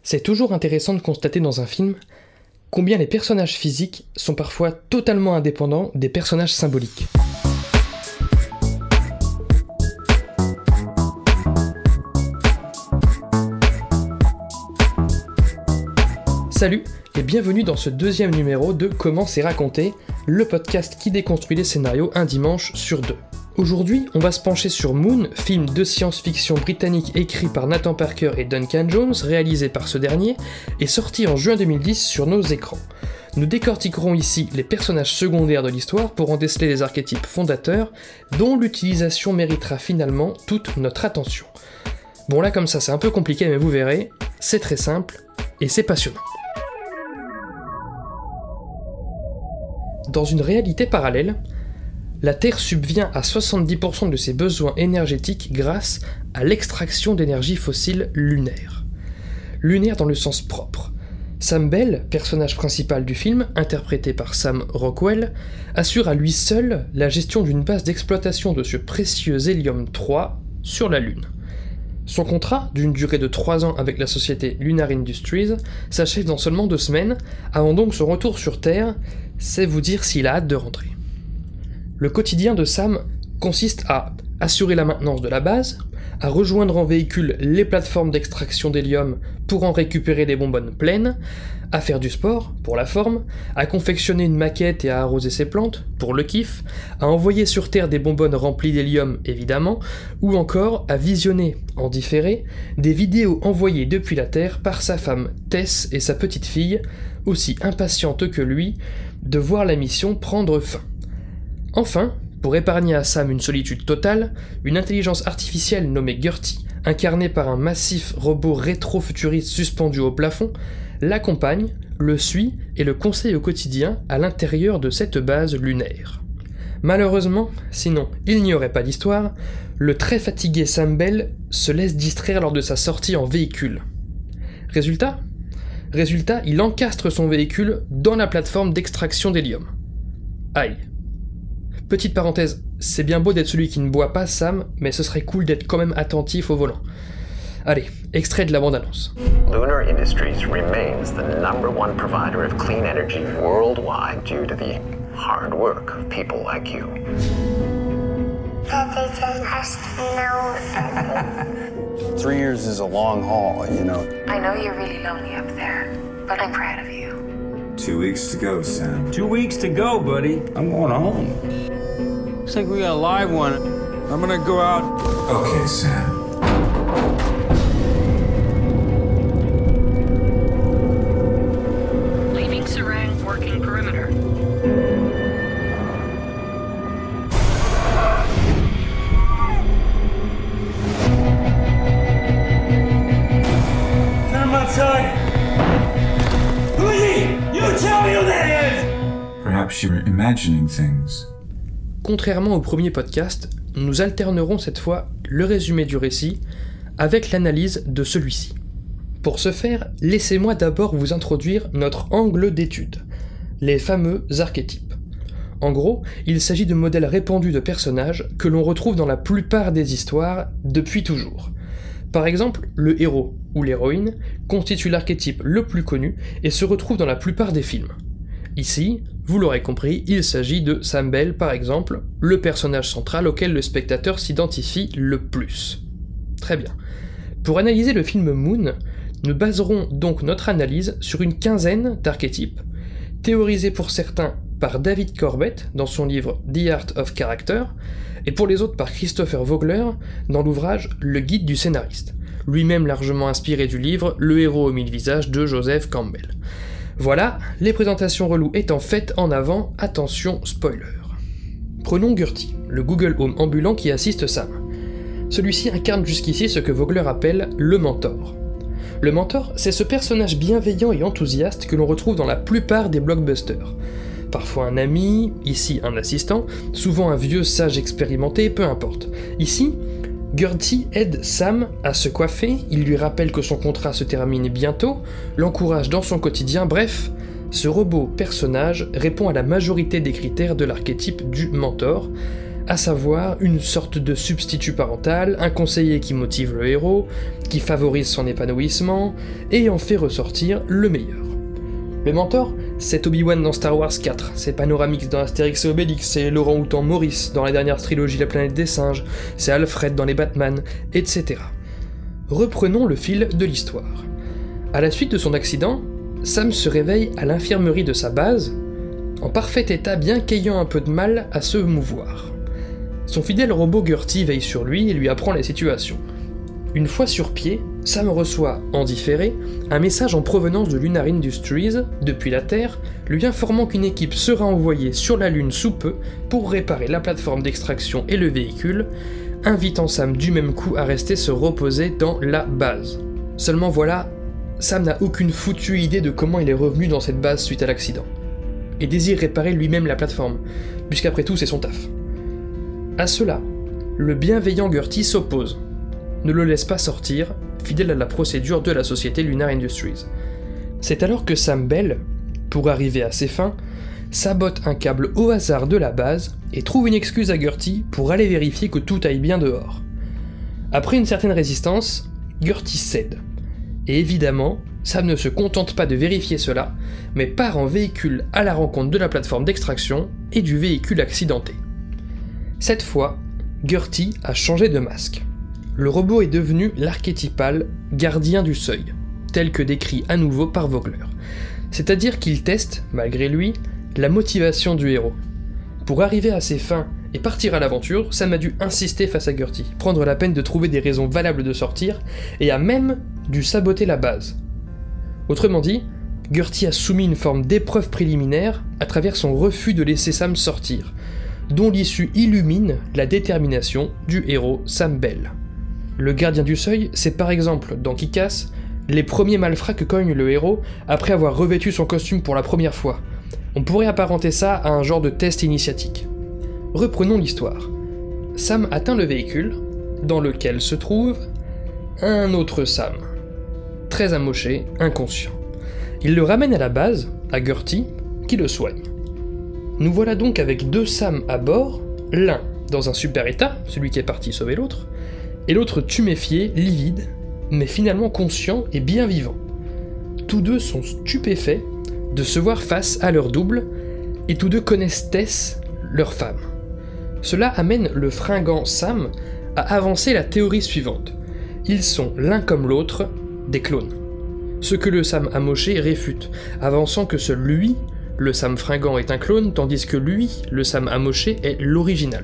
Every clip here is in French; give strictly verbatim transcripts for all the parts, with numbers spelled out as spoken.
C'est toujours intéressant de constater dans un film combien les personnages physiques sont parfois totalement indépendants des personnages symboliques. Salut et bienvenue dans ce deuxième numéro de Comment c'est raconté, le podcast qui déconstruit les scénarios un dimanche sur deux. Aujourd'hui, on va se pencher sur Moon, film de science-fiction britannique écrit par Nathan Parker et Duncan Jones, réalisé par ce dernier, et sorti en juin deux mille dix sur nos écrans. Nous décortiquerons ici les personnages secondaires de l'histoire pour en déceler les archétypes fondateurs, dont l'utilisation méritera finalement toute notre attention. Bon là comme ça c'est un peu compliqué mais vous verrez, c'est très simple et c'est passionnant. Dans une réalité parallèle, la Terre subvient à soixante-dix pour cent de ses besoins énergétiques grâce à l'extraction d'énergie fossile lunaire. Lunaire dans le sens propre. Sam Bell, personnage principal du film, interprété par Sam Rockwell, assure à lui seul la gestion d'une base d'exploitation de ce précieux hélium trois sur la Lune. Son contrat, d'une durée de trois ans avec la société Lunar Industries, s'achève dans seulement deux semaines, avant donc son retour sur Terre, c'est vous dire s'il a hâte de rentrer. Le quotidien de Sam consiste à assurer la maintenance de la base, à rejoindre en véhicule les plateformes d'extraction d'hélium pour en récupérer des bonbonnes pleines, à faire du sport, pour la forme, à confectionner une maquette et à arroser ses plantes, pour le kiff, à envoyer sur Terre des bonbonnes remplies d'hélium, évidemment, ou encore à visionner, en différé, des vidéos envoyées depuis la Terre par sa femme Tess et sa petite fille, aussi impatientes que lui, de voir la mission prendre fin. Enfin, pour épargner à Sam une solitude totale, une intelligence artificielle nommée Gertie, incarnée par un massif robot rétro-futuriste suspendu au plafond, l'accompagne, le suit et le conseille au quotidien à l'intérieur de cette base lunaire. Malheureusement, sinon il n'y aurait pas d'histoire, le très fatigué Sam Bell se laisse distraire lors de sa sortie en véhicule. Résultat ? Résultat, il encastre son véhicule dans la plateforme d'extraction d'hélium. Aïe. Petite parenthèse, c'est bien beau d'être celui qui ne boit pas, Sam, mais ce serait cool d'être quand même attentif au volant. Allez, extrait de la bande-annonce. Lunar Industries remains the number one provider of clean energy worldwide due to the hard work of people like you. Three years is a long haul, you know. I know you're really lonely up there, but I'm proud of you. Two weeks to go, Sam. Two weeks to go, buddy. I'm going home. Looks like we got a live one. I'm gonna go out. Okay, Sam. Leaving Serang, working perimeter. Send him outside. Who is he? You tell me who that is! Perhaps you're imagining things. Contrairement au premier podcast, nous alternerons cette fois le résumé du récit avec l'analyse de celui-ci. Pour ce faire, laissez-moi d'abord vous introduire notre angle d'étude, les fameux archétypes. En gros, il s'agit de modèles répandus de personnages que l'on retrouve dans la plupart des histoires depuis toujours. Par exemple, le héros ou l'héroïne constitue l'archétype le plus connu et se retrouve dans la plupart des films. Ici, vous l'aurez compris, il s'agit de Sam Bell par exemple, le personnage central auquel le spectateur s'identifie le plus. Très bien. Pour analyser le film Moon, nous baserons donc notre analyse sur une quinzaine d'archétypes, théorisés pour certains par David Corbett dans son livre The Art of Character, et pour les autres par Christopher Vogler dans l'ouvrage Le Guide du scénariste, lui-même largement inspiré du livre Le héros aux mille visages de Joseph Campbell. Voilà, les présentations reloues étant faites en avant, attention spoiler. Prenons Gertie, le Google Home ambulant qui assiste Sam. Celui-ci incarne jusqu'ici ce que Vogler appelle le mentor. Le mentor, c'est ce personnage bienveillant et enthousiaste que l'on retrouve dans la plupart des blockbusters. Parfois un ami, ici un assistant, souvent un vieux sage expérimenté, peu importe. Ici, Gertie aide Sam à se coiffer, il lui rappelle que son contrat se termine bientôt, l'encourage dans son quotidien, bref, ce robot personnage répond à la majorité des critères de l'archétype du mentor, à savoir une sorte de substitut parental, un conseiller qui motive le héros, qui favorise son épanouissement, et en fait ressortir le meilleur. Le mentor, c'est Obi-Wan dans Star Wars quatre, c'est Panoramix dans Astérix et Obélix, c'est Laurent-Houtan Maurice dans la dernière trilogie La Planète des Singes, c'est Alfred dans les Batman, et cetera. Reprenons le fil de l'histoire. À la suite de son accident, Sam se réveille à l'infirmerie de sa base, en parfait état bien qu'ayant un peu de mal à se mouvoir. Son fidèle robot Gertie veille sur lui et lui apprend la situation. Une fois sur pied, Sam reçoit, en différé, un message en provenance de Lunar Industries, depuis la Terre, lui informant qu'une équipe sera envoyée sur la Lune sous peu pour réparer la plateforme d'extraction et le véhicule, invitant Sam du même coup à rester se reposer dans la base. Seulement voilà, Sam n'a aucune foutue idée de comment il est revenu dans cette base suite à l'accident, et désire réparer lui-même la plateforme, puisqu'après tout c'est son taf. À cela, le bienveillant Gertie s'oppose, ne le laisse pas sortir, fidèle à la procédure de la société Lunar Industries. C'est alors que Sam Bell, pour arriver à ses fins, sabote un câble au hasard de la base et trouve une excuse à Gertie pour aller vérifier que tout aille bien dehors. Après une certaine résistance, Gertie cède. Et évidemment, Sam ne se contente pas de vérifier cela, mais part en véhicule à la rencontre de la plateforme d'extraction et du véhicule accidenté. Cette fois, Gertie a changé de masque. Le robot est devenu l'archétypal gardien du seuil, tel que décrit à nouveau par Vogler. C'est-à-dire qu'il teste, malgré lui, la motivation du héros. Pour arriver à ses fins et partir à l'aventure, Sam a dû insister face à Gertie, prendre la peine de trouver des raisons valables de sortir, et a même dû saboter la base. Autrement dit, Gertie a soumis une forme d'épreuve préliminaire à travers son refus de laisser Sam sortir, dont l'issue illumine la détermination du héros Sam Bell. Le gardien du seuil, c'est par exemple, dans Kick-Ass, les premiers malfrats que cogne le héros après avoir revêtu son costume pour la première fois. On pourrait apparenter ça à un genre de test initiatique. Reprenons l'histoire. Sam atteint le véhicule, dans lequel se trouve un autre Sam, très amoché, inconscient. Il le ramène à la base, à Gertie, qui le soigne. Nous voilà donc avec deux Sam à bord, l'un dans un super état, celui qui est parti sauver l'autre, et l'autre tuméfié, livide, mais finalement conscient et bien vivant. Tous deux sont stupéfaits de se voir face à leur double, et tous deux connaissent Tess, leur femme. Cela amène le fringant Sam à avancer la théorie suivante. Ils sont l'un comme l'autre des clones. Ce que le Sam amoché réfute, avançant que seul lui, le Sam fringant, est un clone, tandis que lui, le Sam amoché, est l'original.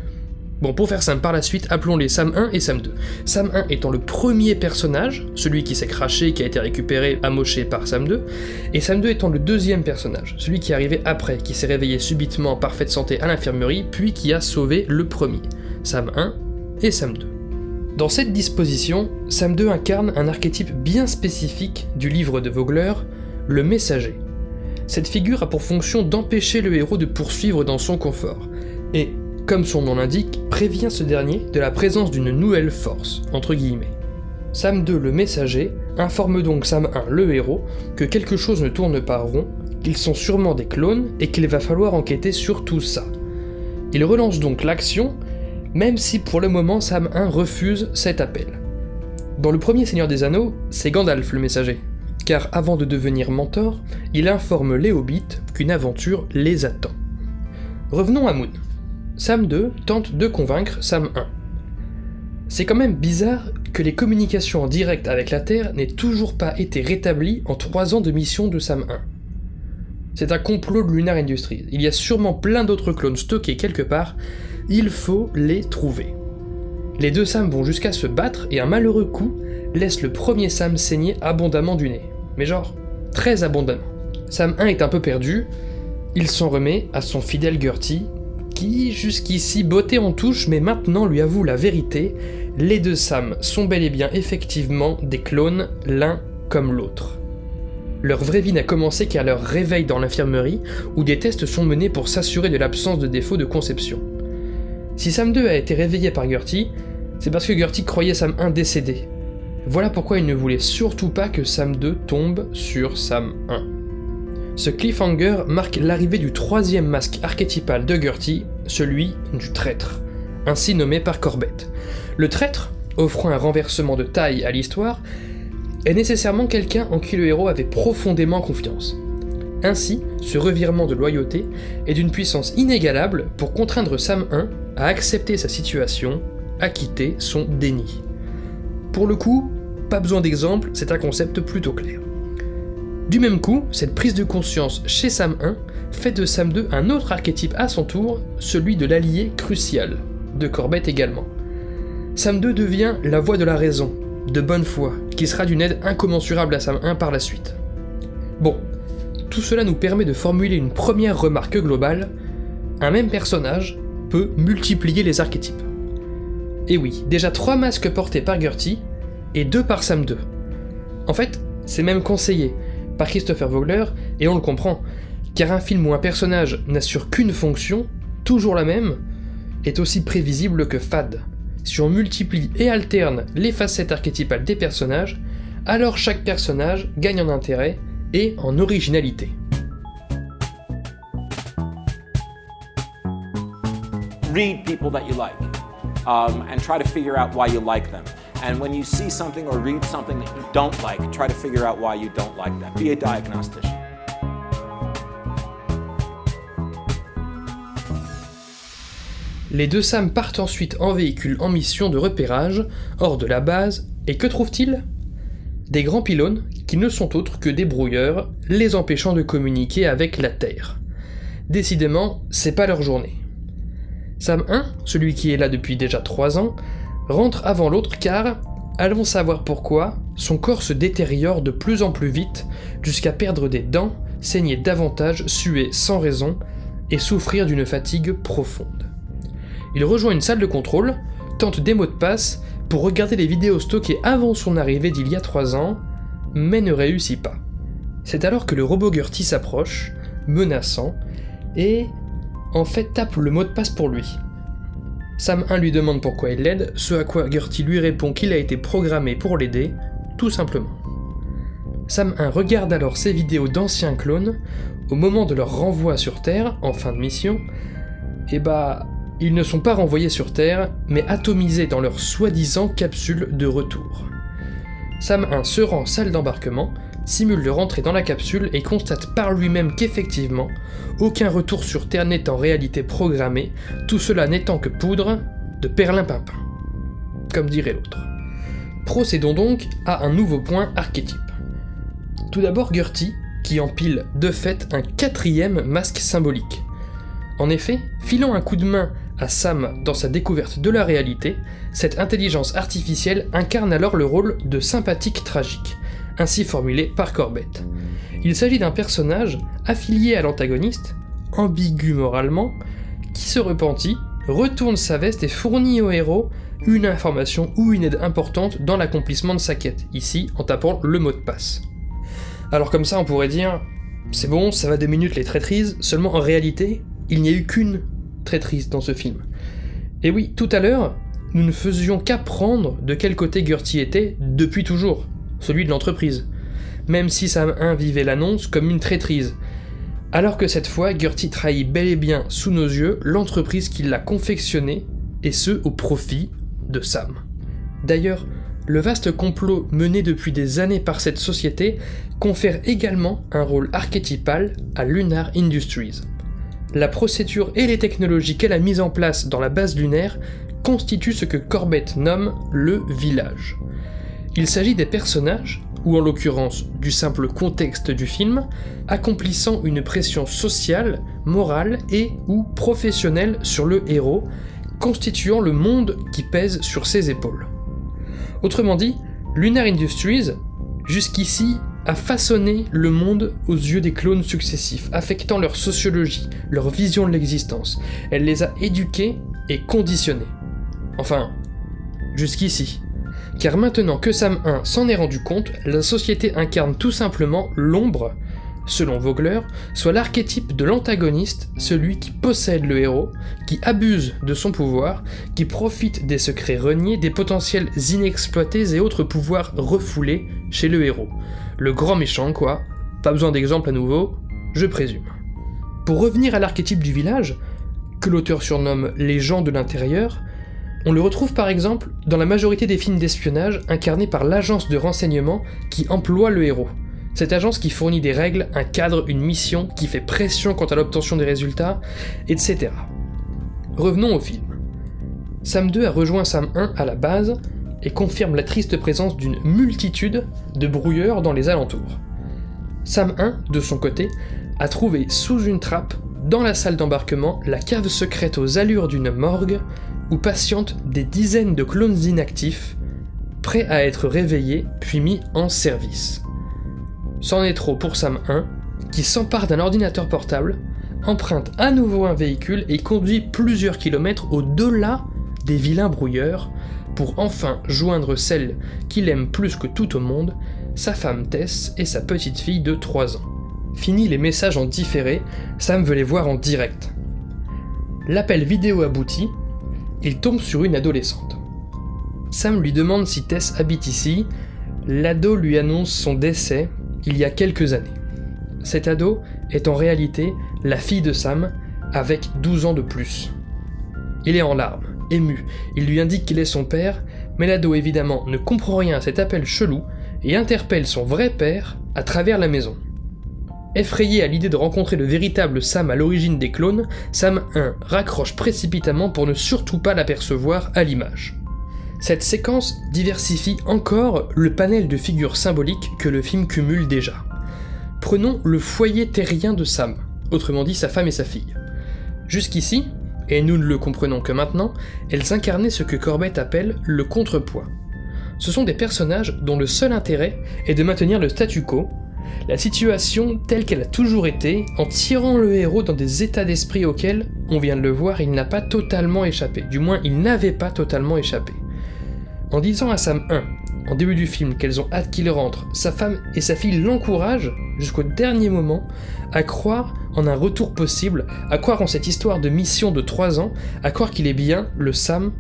Bon, pour faire simple, par la suite, appelons-les Sam un et Sam deux. Sam un étant le premier personnage, celui qui s'est craché, qui a été récupéré, amoché par Sam deux, et Sam deux étant le deuxième personnage, celui qui est arrivé après, qui s'est réveillé subitement en parfaite santé à l'infirmerie, puis qui a sauvé le premier, Sam un et Sam deux. Dans cette disposition, Sam deux incarne un archétype bien spécifique du livre de Vogler, le messager. Cette figure a pour fonction d'empêcher le héros de poursuivre dans son confort, et, comme son nom l'indique, prévient ce dernier de la présence d'une nouvelle force, entre guillemets. Sam deux, le messager, informe donc Sam un, le héros, que quelque chose ne tourne pas rond, qu'ils sont sûrement des clones, et qu'il va falloir enquêter sur tout ça. Il relance donc l'action, même si pour le moment Sam un refuse cet appel. Dans le premier Seigneur des Anneaux, c'est Gandalf le messager, car avant de devenir mentor, il informe les hobbits qu'une aventure les attend. Revenons à Moon. Sam deux tente de convaincre Sam un. C'est quand même bizarre que les communications en direct avec la Terre n'aient toujours pas été rétablies en trois ans de mission de Sam un. C'est un complot de Lunar Industries. Il y a sûrement plein d'autres clones stockés quelque part, il faut les trouver. Les deux Sam vont jusqu'à se battre et un malheureux coup laisse le premier Sam saigner abondamment du nez. Mais genre, très abondamment. Sam un est un peu perdu, il s'en remet à son fidèle Gertie, qui jusqu'ici bottait en touche mais maintenant lui avoue la vérité, les deux Sam sont bel et bien effectivement des clones, l'un comme l'autre. Leur vraie vie n'a commencé qu'à leur réveil dans l'infirmerie, où des tests sont menés pour s'assurer de l'absence de défaut de conception. Si Sam deux a été réveillé par Gertie, c'est parce que Gertie croyait Sam un décédé. Voilà pourquoi il ne voulait surtout pas que Sam deux tombe sur Sam un. Ce cliffhanger marque l'arrivée du troisième masque archétypal de Gertie, celui du traître, ainsi nommé par Corbett. Le traître, offrant un renversement de taille à l'histoire, est nécessairement quelqu'un en qui le héros avait profondément confiance. Ainsi, ce revirement de loyauté est d'une puissance inégalable pour contraindre Sam un à accepter sa situation, à quitter son déni. Pour le coup, pas besoin d'exemple, c'est un concept plutôt clair. Du même coup, cette prise de conscience chez Sam un fait de Sam deux un autre archétype à son tour, celui de l'allié crucial, de Corbett également. Sam deux devient la voix de la raison, de bonne foi, qui sera d'une aide incommensurable à Sam un par la suite. Bon, tout cela nous permet de formuler une première remarque globale, un même personnage peut multiplier les archétypes. Et oui, déjà trois masques portés par Gertie, et deux par Sam deux. En fait, c'est même conseillé par Christopher Vogler, et on le comprend, car un film où un personnage n'assure qu'une fonction, toujours la même, est aussi prévisible que fade. Si on multiplie et alterne les facettes archétypales des personnages, alors chaque personnage gagne en intérêt et en originalité. Read people that you like, um, and try to figure out why you like them. And when you see something or read something that you don't like, try to figure out why you don't like that. Be a diagnostician. Les deux Sam partent ensuite en véhicule en mission de repérage, hors de la base, et que trouvent-ils ? Des grands pylônes qui ne sont autres que des brouilleurs, les empêchant de communiquer avec la Terre. Décidément, c'est pas leur journée. Sam un, celui qui est là depuis déjà trois ans, rentre avant l'autre car, allons savoir pourquoi, son corps se détériore de plus en plus vite jusqu'à perdre des dents, saigner davantage, suer sans raison et souffrir d'une fatigue profonde. Il rejoint une salle de contrôle, tente des mots de passe pour regarder les vidéos stockées avant son arrivée d'il y a trois ans, mais ne réussit pas. C'est alors que le robot Gertie s'approche, menaçant, et en fait tape le mot de passe pour lui. Sam un lui demande pourquoi il l'aide, ce à quoi Gertie lui répond qu'il a été programmé pour l'aider, tout simplement. Sam un regarde alors ses vidéos d'anciens clones, au moment de leur renvoi sur Terre, en fin de mission, et bah... ils ne sont pas renvoyés sur Terre, mais atomisés dans leur soi-disant capsule de retour. Sam un se rend salle d'embarquement, simule de rentrer dans la capsule et constate par lui-même qu'effectivement, aucun retour sur Terre n'est en réalité programmé, tout cela n'étant que poudre de perlimpinpin. Comme dirait l'autre. Procédons donc à un nouveau point archétype. Tout d'abord Gertie, qui empile de fait un quatrième masque symbolique. En effet, filant un coup de main à Sam dans sa découverte de la réalité, cette intelligence artificielle incarne alors le rôle de sympathique tragique, ainsi formulé par Corbett. Il s'agit d'un personnage affilié à l'antagoniste, ambigu moralement, qui se repentit, retourne sa veste et fournit au héros une information ou une aide importante dans l'accomplissement de sa quête, ici en tapant le mot de passe. Alors comme ça on pourrait dire, c'est bon, ça va deux minutes les traîtrises, seulement en réalité, il n'y a eu qu'une traîtrise dans ce film. Et oui, tout à l'heure, nous ne faisions qu'apprendre de quel côté Gertie était depuis toujours, celui de l'entreprise, même si Sam un vivait l'annonce comme une traîtrise, alors que cette fois, Gertie trahit bel et bien sous nos yeux l'entreprise qui l'a confectionnée, et ce au profit de Sam. D'ailleurs, le vaste complot mené depuis des années par cette société confère également un rôle archétypal à Lunar Industries. La procédure et les technologies qu'elle a mises en place dans la base lunaire constituent ce que Corbett nomme le village. Il s'agit des personnages, ou en l'occurrence du simple contexte du film, accomplissant une pression sociale, morale et ou professionnelle sur le héros, constituant le monde qui pèse sur ses épaules. Autrement dit, Lunar Industries, jusqu'ici, a façonné le monde aux yeux des clones successifs, affectant leur sociologie, leur vision de l'existence. Elle les a éduqués et conditionnés. Enfin, jusqu'ici. Car maintenant que Sam un s'en est rendu compte, la société incarne tout simplement l'ombre, selon Vogler, soit l'archétype de l'antagoniste, celui qui possède le héros, qui abuse de son pouvoir, qui profite des secrets reniés, des potentiels inexploités et autres pouvoirs refoulés chez le héros. Le grand méchant, quoi. Pas besoin d'exemple à nouveau, je présume. Pour revenir à l'archétype du village, que l'auteur surnomme les gens de l'intérieur, on le retrouve par exemple dans la majorité des films d'espionnage incarnés par l'agence de renseignement qui emploie le héros. Cette agence qui fournit des règles, un cadre, une mission, qui fait pression quant à l'obtention des résultats, et cetera. Revenons au film. Sam deux a rejoint Sam un à la base et confirme la triste présence d'une multitude de brouilleurs dans les alentours. Sam un, de son côté, a trouvé sous une trappe, dans la salle d'embarquement, la cave secrète aux allures d'une morgue où patientent des dizaines de clones inactifs, prêts à être réveillés puis mis en service. C'en est trop pour Sam un, qui s'empare d'un ordinateur portable, emprunte à nouveau un véhicule et conduit plusieurs kilomètres au-delà des vilains brouilleurs pour enfin joindre celle qu'il aime plus que tout au monde, sa femme Tess et sa petite fille de trois ans. Fini les messages en différé, Sam veut les voir en direct. L'appel vidéo aboutit, il tombe sur une adolescente. Sam lui demande si Tess habite ici, l'ado lui annonce son décès il y a quelques années. Cet ado est en réalité la fille de Sam, avec douze ans de plus. Il est en larmes, ému, il lui indique qu'il est son père, mais l'ado évidemment ne comprend rien à cet appel chelou et interpelle son vrai père à travers la maison. Effrayé à l'idée de rencontrer le véritable Sam à l'origine des clones, Sam un raccroche précipitamment pour ne surtout pas l'apercevoir à l'image. Cette séquence diversifie encore le panel de figures symboliques que le film cumule déjà. Prenons le foyer terrien de Sam, autrement dit sa femme et sa fille. Jusqu'ici, et nous ne le comprenons que maintenant, elles incarnaient ce que Corbett appelle le contrepoids. Ce sont des personnages dont le seul intérêt est de maintenir le statu quo, la situation telle qu'elle a toujours été, en tirant le héros dans des états d'esprit auxquels, on vient de le voir, il n'a pas totalement échappé, du moins il n'avait pas totalement échappé. En disant à Sam un, en début du film, qu'elles ont hâte qu'il rentre, sa femme et sa fille l'encouragent, jusqu'au dernier moment, à croire en un retour possible, à croire en cette histoire de mission de trois ans, à croire qu'il est bien le Sam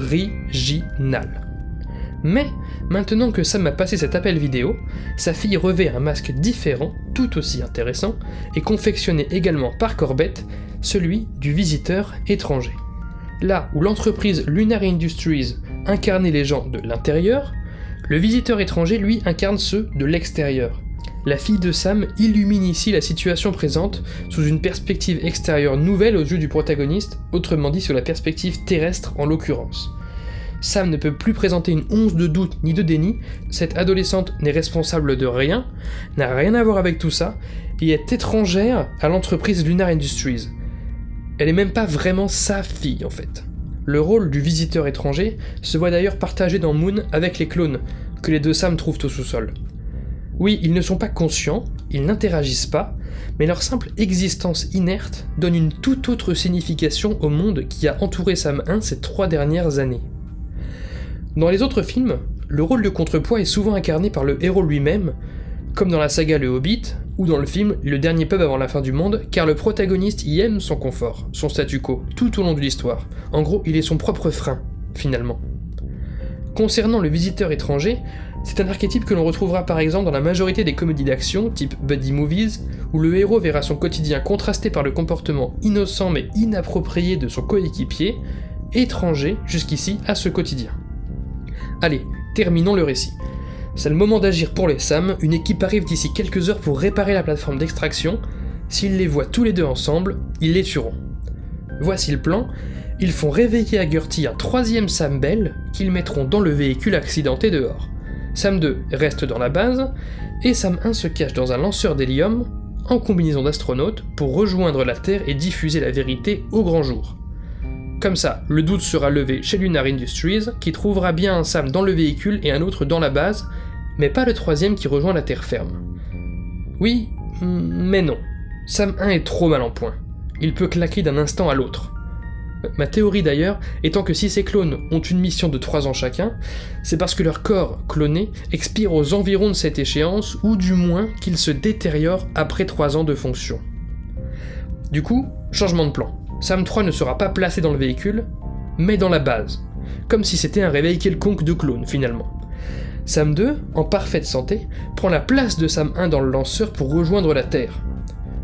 original. Mais, maintenant que Sam a passé cet appel vidéo, sa fille revêt un masque différent, tout aussi intéressant, et confectionné également par Corbett, celui du visiteur étranger. Là où l'entreprise Lunar Industries incarnait les gens de l'intérieur, le visiteur étranger, lui, incarne ceux de l'extérieur. La fille de Sam illumine ici la situation présente sous une perspective extérieure nouvelle aux yeux du protagoniste, autrement dit sous la perspective terrestre en l'occurrence. Sam ne peut plus présenter une once de doute ni de déni, cette adolescente n'est responsable de rien, n'a rien à voir avec tout ça, et est étrangère à l'entreprise Lunar Industries. Elle est même pas vraiment sa fille en fait. Le rôle du visiteur étranger se voit d'ailleurs partagé dans Moon avec les clones, que les deux Sam trouvent au sous-sol. Oui, ils ne sont pas conscients, ils n'interagissent pas, mais leur simple existence inerte donne une toute autre signification au monde qui a entouré Sam un ces trois dernières années. Dans les autres films, le rôle de contrepoids est souvent incarné par le héros lui-même, comme dans la saga Le Hobbit, ou dans le film Le Dernier Pub avant la fin du monde, car le protagoniste y aime son confort, son statu quo, tout au long de l'histoire. En gros, il est son propre frein, finalement. Concernant le visiteur étranger, c'est un archétype que l'on retrouvera par exemple dans la majorité des comédies d'action, type buddy movies, où le héros verra son quotidien contrasté par le comportement innocent mais inapproprié de son coéquipier, étranger jusqu'ici à ce quotidien. Allez, terminons le récit. C'est le moment d'agir pour les Sam, une équipe arrive d'ici quelques heures pour réparer la plateforme d'extraction. S'ils les voient tous les deux ensemble, ils les tueront. Voici le plan, ils font réveiller à Gertie un troisième Sam Bell qu'ils mettront dans le véhicule accidenté dehors. Sam deux reste dans la base, et Sam un se cache dans un lanceur d'hélium, en combinaison d'astronaute, pour rejoindre la Terre et diffuser la vérité au grand jour. Comme ça, le doute sera levé chez Lunar Industries, qui trouvera bien un Sam dans le véhicule et un autre dans la base, mais pas le troisième qui rejoint la terre ferme. Oui, mais non. Sam un est trop mal en point. Il peut claquer d'un instant à l'autre. Ma théorie d'ailleurs étant que si ces clones ont une mission de trois ans chacun, c'est parce que leur corps cloné expire aux environs de cette échéance, ou du moins qu'ils se détériorent après trois ans de fonction. Du coup, changement de plan. Sam trois ne sera pas placé dans le véhicule, mais dans la base, comme si c'était un réveil quelconque de clones finalement. Sam deux, en parfaite santé, prend la place de Sam un dans le lanceur pour rejoindre la Terre.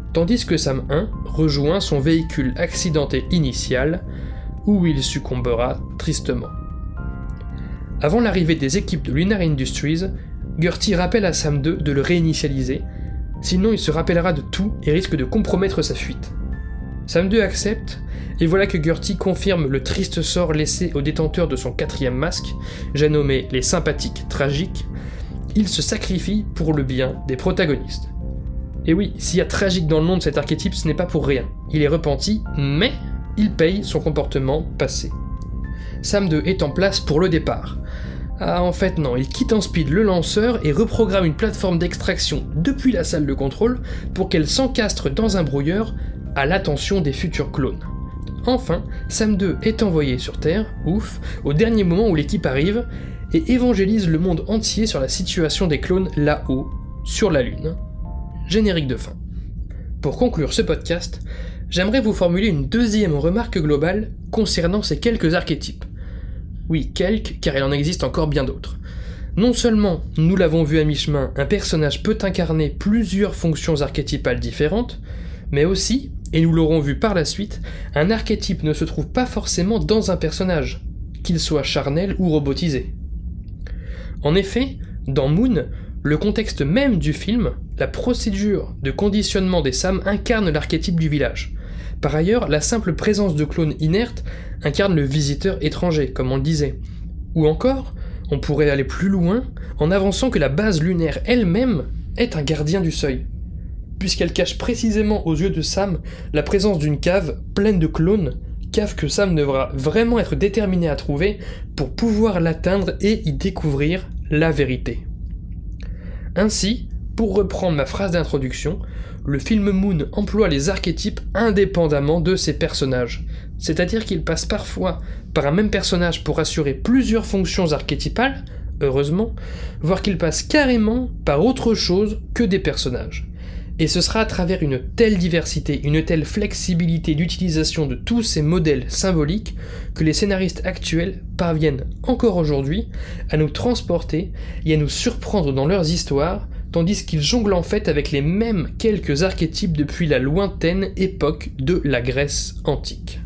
tandis que Sam un rejoint son véhicule accidenté initial, où il succombera tristement. Avant l'arrivée des équipes de Lunar Industries, Gertie rappelle à Sam deux de le réinitialiser, sinon il se rappellera de tout et risque de compromettre sa fuite. Sam deux accepte, et voilà que Gertie confirme le triste sort laissé aux détenteurs de son quatrième masque, j'ai nommé les sympathiques tragiques. Il se sacrifie pour le bien des protagonistes. Et oui, s'il y a tragique dans le nom de cet archétype, ce n'est pas pour rien. Il est repenti, mais il paye son comportement passé. Sam deux est en place pour le départ. Ah, en fait non, il quitte en speed le lanceur et reprogramme une plateforme d'extraction depuis la salle de contrôle pour qu'elle s'encastre dans un brouilleur à l'attention des futurs clones. Enfin, Sam deux est envoyé sur Terre, ouf, au dernier moment où l'équipe arrive, et évangélise le monde entier sur la situation des clones là-haut, sur la Lune. Générique de fin. Pour conclure ce podcast, j'aimerais vous formuler une deuxième remarque globale concernant ces quelques archétypes. Oui, quelques, car il en existe encore bien d'autres. Non seulement, nous l'avons vu à mi-chemin, un personnage peut incarner plusieurs fonctions archétypales différentes, mais aussi, et nous l'aurons vu par la suite, un archétype ne se trouve pas forcément dans un personnage, qu'il soit charnel ou robotisé. En effet, dans Moon, le contexte même du film, la procédure de conditionnement des Sam incarne l'archétype du village. Par ailleurs, la simple présence de clones inertes incarne le visiteur étranger, comme on le disait. Ou encore, on pourrait aller plus loin en avançant que la base lunaire elle-même est un gardien du seuil, puisqu'elle cache précisément aux yeux de Sam la présence d'une cave pleine de clones, cave que Sam devra vraiment être déterminé à trouver pour pouvoir l'atteindre et y découvrir la vérité. Ainsi, pour reprendre ma phrase d'introduction, le film Moon emploie les archétypes indépendamment de ses personnages, c'est-à-dire qu'il passe parfois par un même personnage pour assurer plusieurs fonctions archétypales, heureusement, voire qu'il passe carrément par autre chose que des personnages. Et ce sera à travers une telle diversité, une telle flexibilité d'utilisation de tous ces modèles symboliques que les scénaristes actuels parviennent encore aujourd'hui à nous transporter et à nous surprendre dans leurs histoires, tandis qu'ils jonglent en fait avec les mêmes quelques archétypes depuis la lointaine époque de la Grèce antique.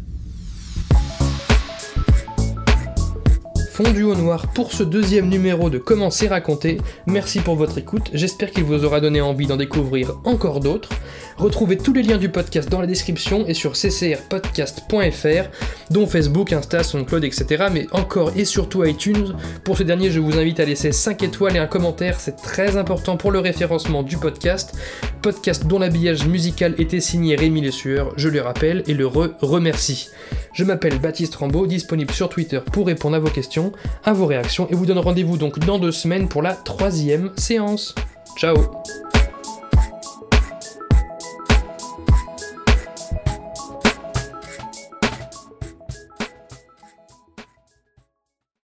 Fondu au noir pour ce deuxième numéro de Comment c'est raconté. Merci pour votre écoute, j'espère qu'il vous aura donné envie d'en découvrir encore d'autres. Retrouvez tous les liens du podcast dans la description et sur c c r podcast point f r, dont Facebook, Insta, SoundCloud, et cetera, mais encore et surtout iTunes. Pour ce dernier, je vous invite à laisser cinq étoiles et un commentaire, c'est très important pour le référencement du podcast. Podcast dont l'habillage musical était signé Rémi Lessueur, je le rappelle et le re-remercie. Je m'appelle Baptiste Rambaud, disponible sur Twitter pour répondre à vos questions, à vos réactions, et vous donne rendez-vous donc dans deux semaines pour la troisième séance. Ciao.